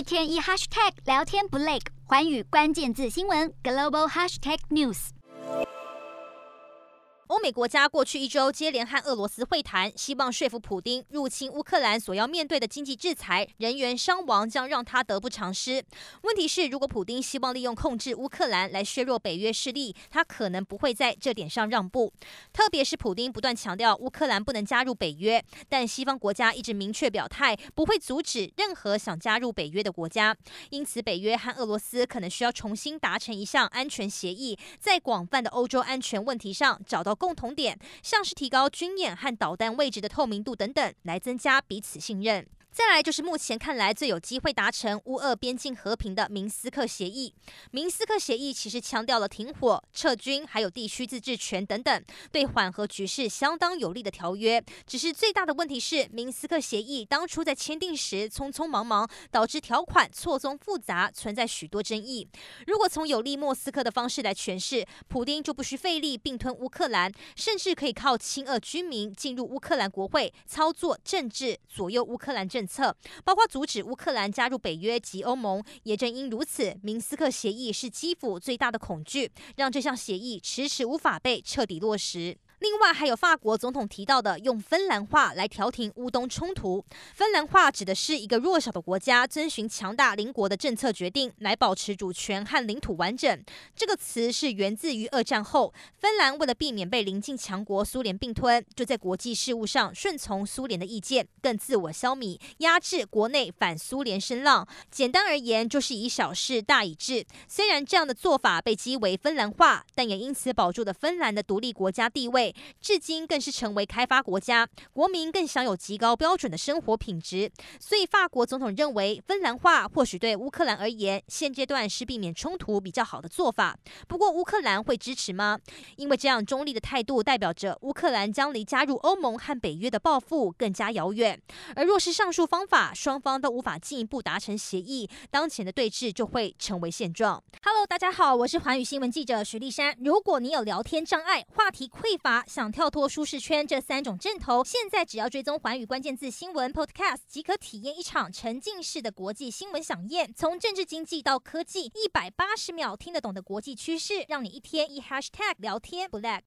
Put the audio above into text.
天一 hashtag 聊天不累，寰宇关键字新闻 global hashtag news。 欧美国家过去一周接连和俄罗斯会谈，希望说服普丁入侵乌克兰所要面对的经济制裁、人员伤亡将让他得不偿失。问题是，如果普丁希望利用控制乌克兰来削弱北约势力，他可能不会在这点上让步。特别是普丁不断强调乌克兰不能加入北约，但西方国家一直明确表态不会阻止任何想加入北约的国家。因此，北约和俄罗斯可能需要重新达成一项安全协议，在广泛的欧洲安全问题上找到共同点，像是提高军演和导弹位置的透明度等等，来增加彼此信任。再来就是目前看来最有机会达成乌俄边境和平的明斯克协议。明斯克协议其实强调了停火、撤军，还有地区自治权等等，对缓和局势相当有利的条约。只是最大的问题是，明斯克协议当初在签订时匆匆忙忙，导致条款错综复杂，存在许多争议。如果从有利莫斯科的方式来诠释，普丁就不需费力并吞乌克兰，甚至可以靠亲俄居民进入乌克兰国会操作政治，左右乌克兰政策，包括阻止乌克兰加入北约及欧盟。也正因如此，明斯克协议是基辅最大的恐惧，让这项协议迟迟无法被彻底落实。另外，还有法国总统提到的用芬兰话来调停乌东冲突。芬兰话指的是一个弱小的国家遵循强大邻国的政策决定来保持主权和领土完整。这个词是源自于二战后，芬兰为了避免被邻近强国苏联并吞，就在国际事务上顺从苏联的意见，更自我消弭，压制国内反苏联声浪。简单而言，就是以小事大以治。虽然这样的做法被讥为芬兰化，但也因此保住了芬兰的独立国家地位。至今更是成为开发国家，国民更享有极高标准的生活品质。所以法国总统认为，芬兰化或许对乌克兰而言，现阶段是避免冲突比较好的做法。不过乌克兰会支持吗？因为这样中立的态度代表着乌克兰将离加入欧盟和北约的抱负更加遥远。而若是上述方法双方都无法进一步达成协议，当前的对峙就会成为现状。Hello， 大家好，我是寰宇新闻记者徐丽珊。如果你有聊天障碍、话题匮乏，想跳脱舒适圈这3种阵头，现在只要追踪寰宇关键字新闻 Podcast， 即可体验一场沉浸式的国际新闻飨宴。从政治经济到科技，180秒听得懂的国际趋势，让你一天一 hashtag 聊天不 lag。